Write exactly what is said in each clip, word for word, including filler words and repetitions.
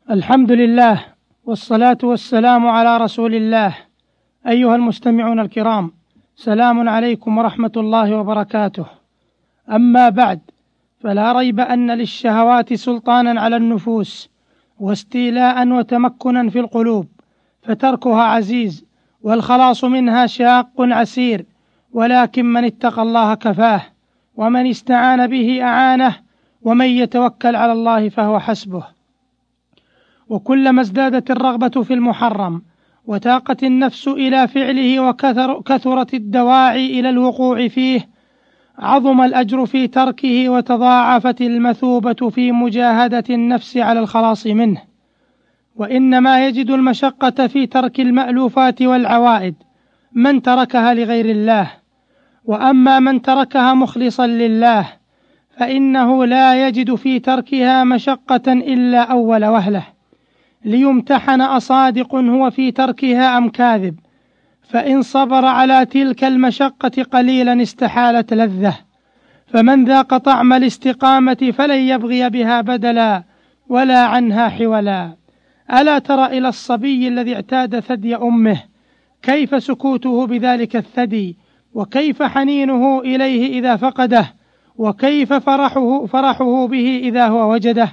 الحمد لله والصلاة والسلام على رسول الله. أيها المستمعون الكرام، سلام عليكم ورحمة الله وبركاته. أما بعد، فلا ريب أن للشهوات سلطانا على النفوس واستيلاء وتمكنا في القلوب، فتركها عزيز والخلاص منها شاق عسير، ولكن من اتقى الله كفاه، ومن استعان به أعانه، ومن يتوكل على الله فهو حسبه. وكلما ازدادت الرغبة في المحرم وتاقت النفس إلى فعله وكثر كثرت الدواعي إلى الوقوع فيه، عظم الأجر في تركه وتضاعفت المثوبة في مجاهدة النفس على الخلاص منه. وإنما يجد المشقة في ترك المألوفات والعوائد من تركها لغير الله، وأما من تركها مخلصا لله فإنه لا يجد في تركها مشقة إلا أول وهلة، ليمتحن أصادق هو في تركها أم كاذب، فإن صبر على تلك المشقة قليلا استحالت لذة، فمن ذاق طعم الاستقامة فلن يبغي بها بدلا ولا عنها حولا. ألا ترى إلى الصبي الذي اعتاد ثدي أمه، كيف سكوته بذلك الثدي، وكيف حنينه إليه إذا فقده، وكيف فرحه, فرحه به إذا هو وجده.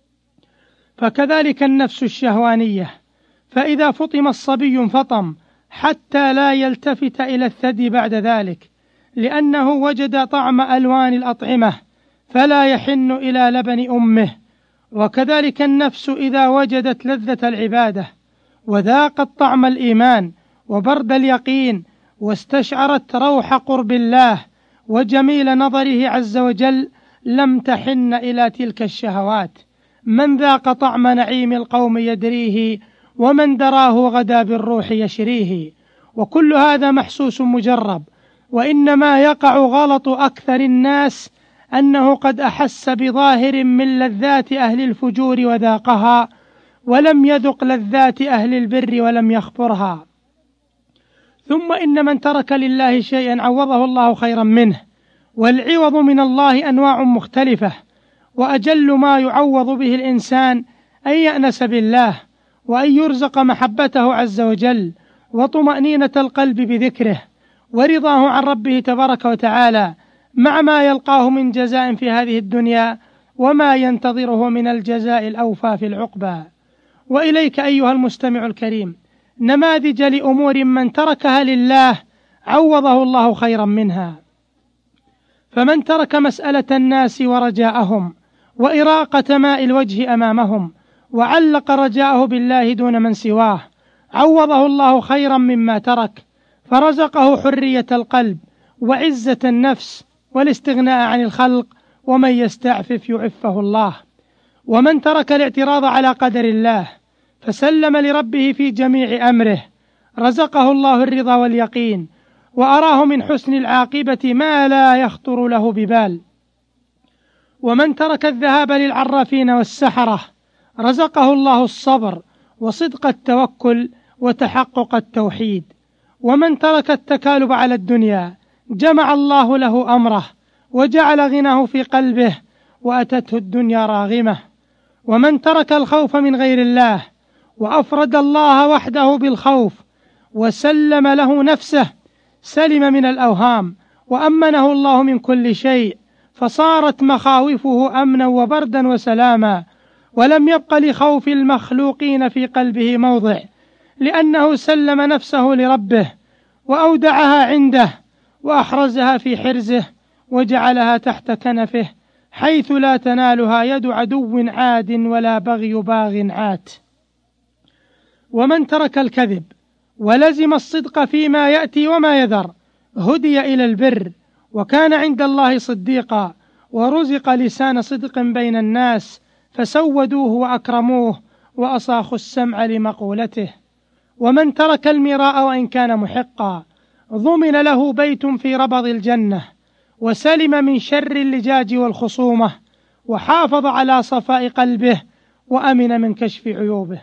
فكذلك النفس الشهوانية، فإذا فطم الصبي انفطم حتى لا يلتفت إلى الثدي بعد ذلك، لأنه وجد طعم ألوان الأطعمة فلا يحن إلى لبن أمه. وكذلك النفس إذا وجدت لذة العبادة وذاقت طعم الإيمان وبرد اليقين واستشعرت روح قرب الله وجميل نظره عز وجل، لم تحن إلى تلك الشهوات. من ذاق طعم نعيم القوم يدريه، ومن دراه غدا بالروح يشريه. وكل هذا محسوس مجرب، وإنما يقع غلط أكثر الناس أنه قد أحس بظاهر من لذات أهل الفجور وذاقها، ولم يذق لذات أهل البر ولم يخبرها. ثم إن من ترك لله شيئا عوضه الله خيرا منه، والعوض من الله أنواع مختلفة، وأجل ما يعوض به الإنسان أن يأنس بالله، وأن يرزق محبته عز وجل، وطمأنينة القلب بذكره، ورضاه عن ربه تبارك وتعالى، مع ما يلقاه من جزاء في هذه الدنيا وما ينتظره من الجزاء الأوفى في العقبى. وإليك أيها المستمع الكريم نماذج لأمور من تركها لله عوضه الله خيرا منها. فمن ترك مسألة الناس ورجاءهم وإراقة ماء الوجه أمامهم، وعلق رجاءه بالله دون من سواه، عوضه الله خيرا مما ترك، فرزقه حرية القلب وعزة النفس والاستغناء عن الخلق، ومن يستعفف يعفه الله. ومن ترك الاعتراض على قدر الله فسلم لربه في جميع أمره، رزقه الله الرضا واليقين، وأراه من حسن العاقبة ما لا يخطر له ببال. ومن ترك الذهاب للعرافين والسحرة رزقه الله الصبر وصدق التوكل وتحقق التوحيد. ومن ترك التكالب على الدنيا جمع الله له أمره وجعل غناه في قلبه، وأتته الدنيا راغمة. ومن ترك الخوف من غير الله وأفرد الله وحده بالخوف وسلم له نفسه سلم من الأوهام، وأمنه الله من كل شيء، فصارت مخاوفه أمنا وبردا وسلاما، ولم يبق لخوف المخلوقين في قلبه موضع، لأنه سلم نفسه لربه وأودعها عنده وأحرزها في حرزه وجعلها تحت كنفه، حيث لا تنالها يد عدو عاد ولا بغي باغ عات. ومن ترك الكذب ولزم الصدق فيما يأتي وما يذر هدي إلى البر، وكان عند الله صديقا، ورزق لسان صدق بين الناس، فسودوه وأكرموه وأصاخوا السمع لمقولته. ومن ترك المراء وإن كان محقا ضمن له بيت في ربض الجنة، وسلم من شر اللجاج والخصومة، وحافظ على صفاء قلبه وأمن من كشف عيوبه.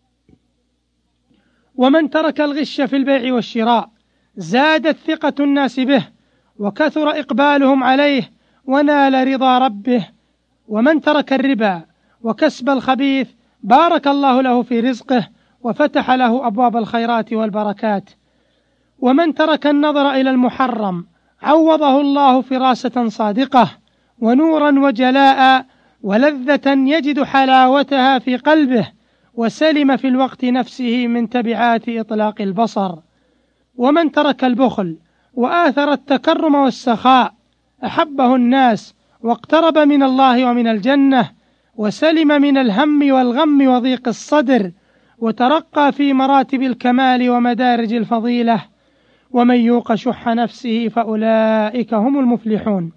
ومن ترك الغش في البيع والشراء زادت ثقة الناس به وكثر إقبالهم عليه ونال رضا ربه. ومن ترك الربا وكسب الخبيث بارك الله له في رزقه وفتح له أبواب الخيرات والبركات. ومن ترك النظر إلى المحرم عوضه الله فراسة صادقة ونورا وجلاء ولذة يجد حلاوتها في قلبه، وسلم في الوقت نفسه من تبعات إطلاق البصر. ومن ترك البخل وآثر التكرم والسخاء أحبه الناس واقترب من الله ومن الجنة، وسلم من الهم والغم وضيق الصدر، وترقى في مراتب الكمال ومدارج الفضيلة. ومن يوق شح نفسه فأولئك هم المفلحون.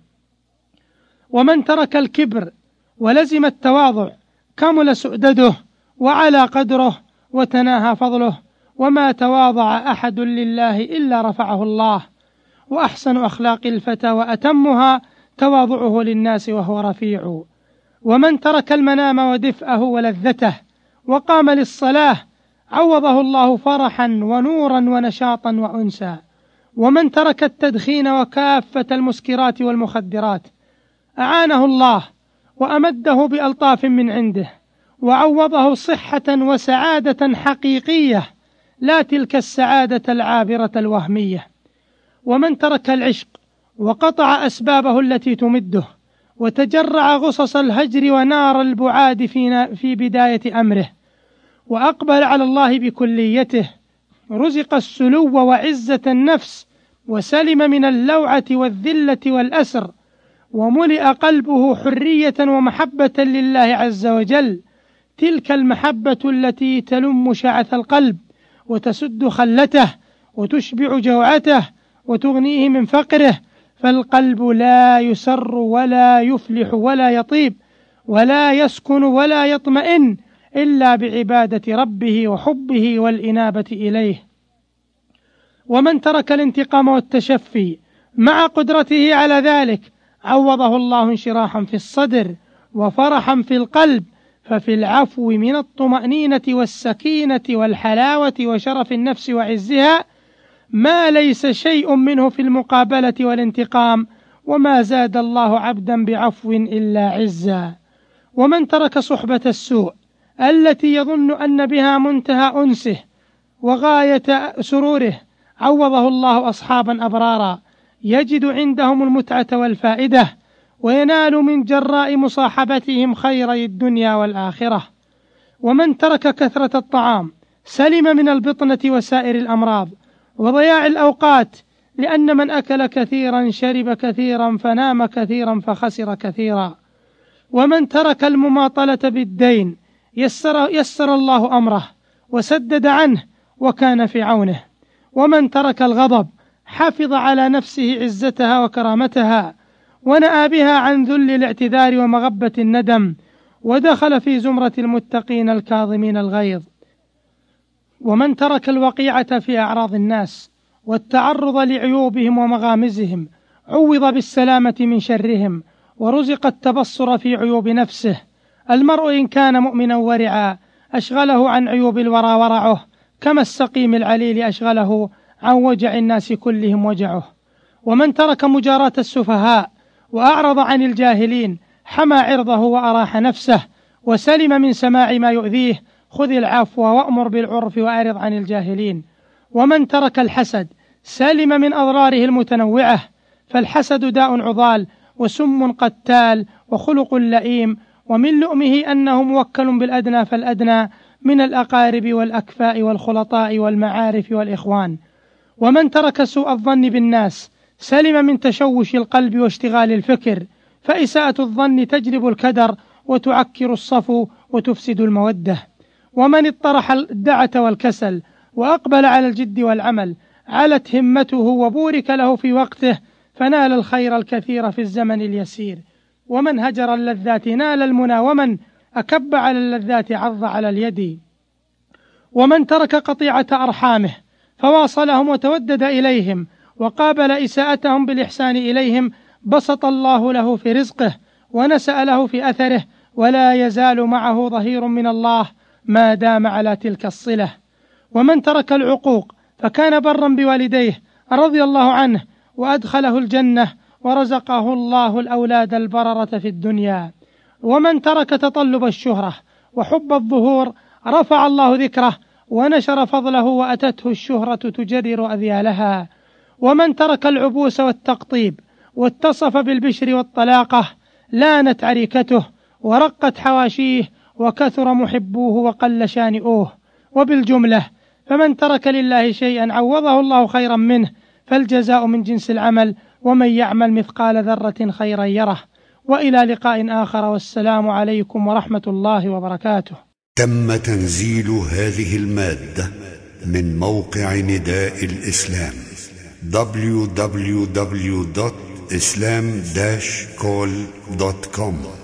ومن ترك الكبر ولزم التواضع كمل سؤدده وعلى قدره وتناهى فضله، وما تواضع أحد لله إلا رفعه الله. وأحسن أخلاق الفتى وأتمها تواضعه للناس وهو رفيع. ومن ترك المنام ودفئه ولذته وقام للصلاة عوضه الله فرحا ونورا ونشاطا وأنسا. ومن ترك التدخين وكافة المسكرات والمخدرات أعانه الله وأمده بألطاف من عنده، وعوضه صحة وسعادة حقيقية لا تلك السعادة العابرة الوهمية. ومن ترك العشق وقطع أسبابه التي تمده وتجرع غصص الهجر ونار البعاد في بداية أمره وأقبل على الله بكليته، رزق السلو وعزة النفس وسلم من اللوعة والذلة والأسر، وملئ قلبه حرية ومحبة لله عز وجل، تلك المحبة التي تلم شعث القلب وتسد خلته وتشبع جوعته وتغنيه من فقره. فالقلب لا يسر ولا يفلح ولا يطيب ولا يسكن ولا يطمئن إلا بعبادة ربه وحبه والإنابة إليه. ومن ترك الانتقام والتشفي مع قدرته على ذلك عوضه الله انشراحا في الصدر وفرحا في القلب، ففي العفو من الطمأنينة والسكينة والحلاوة وشرف النفس وعزها ما ليس شيء منه في المقابلة والانتقام، وما زاد الله عبدا بعفو إلا عزا. ومن ترك صحبة السوء التي يظن أن بها منتهى أنسه وغاية سروره عوضه الله أصحابا أبرارا يجد عندهم المتعة والفائدة، وينال من جراء مصاحبتهم خيري الدنيا والآخرة. ومن ترك كثرة الطعام سلم من البطنة وسائر الأمراض وضياع الأوقات، لأن من أكل كثيرا شرب كثيرا فنام كثيرا فخسر كثيرا. ومن ترك المماطلة بالدين يسر, يسر الله أمره وسدد عنه وكان في عونه. ومن ترك الغضب حفظ على نفسه عزتها وكرامتها ونأى بها عن ذل الاعتذار ومغبة الندم، ودخل في زمرة المتقين الكاظمين الغيظ. ومن ترك الوقيعة في أعراض الناس والتعرض لعيوبهم ومغامزهم عوض بالسلامة من شرهم ورزق التبصر في عيوب نفسه. المرء إن كان مؤمنا ورعا أشغله عن عيوب الورى ورعه، كما السقيم العليل أشغله عن وجع الناس كلهم وجعه. ومن ترك مجاراة السفهاء وأعرض عن الجاهلين حمى عرضه وأراح نفسه وسلم من سماع ما يؤذيه، خذ العفو وأمر بالعرف وأعرض عن الجاهلين. ومن ترك الحسد سلم من أضراره المتنوعة، فالحسد داء عضال وسم قتال وخلق لئيم، ومن لؤمه أنه موكل بالأدنى فالأدنى من الأقارب والأكفاء والخلطاء والمعارف والإخوان. ومن ترك سوء الظن بالناس سلم من تشوش القلب واشتغال الفكر، فإساءة الظن تجلب الكدر وتعكر الصفو وتفسد المودة. ومن اطرح الدعة والكسل وأقبل على الجد والعمل علت همته وبورك له في وقته، فنال الخير الكثير في الزمن اليسير. ومن هجر اللذات نال المنى، ومن أكب على اللذات عض على اليد. ومن ترك قطيعة أرحامه فواصلهم وتودد إليهم وقابل إساءتهم بالإحسان إليهم، بسط الله له في رزقه ونسأ له في أثره، ولا يزال معه ظهير من الله ما دام على تلك الصلة. ومن ترك العقوق فكان برا بوالديه رضي الله عنه وأدخله الجنة ورزقه الله الأولاد البررة في الدنيا. ومن ترك تطلب الشهرة وحب الظهور رفع الله ذكره ونشر فضله وأتته الشهرة تجرر أذيالها. ومن ترك العبوس والتقطيب واتصف بالبشر والطلاقة لانت عريكته ورقت حواشيه وكثر محبوه وقل شانئوه. وبالجملة فمن ترك لله شيئا عوضه الله خيرا منه، فالجزاء من جنس العمل، ومن يعمل مثقال ذرة خيرا يره. وإلى لقاء آخر، والسلام عليكم ورحمة الله وبركاته. تم تنزيل هذه المادة من موقع نداء الإسلام دبليو دبليو دبليو دوت إسلام داش كول دوت كوم.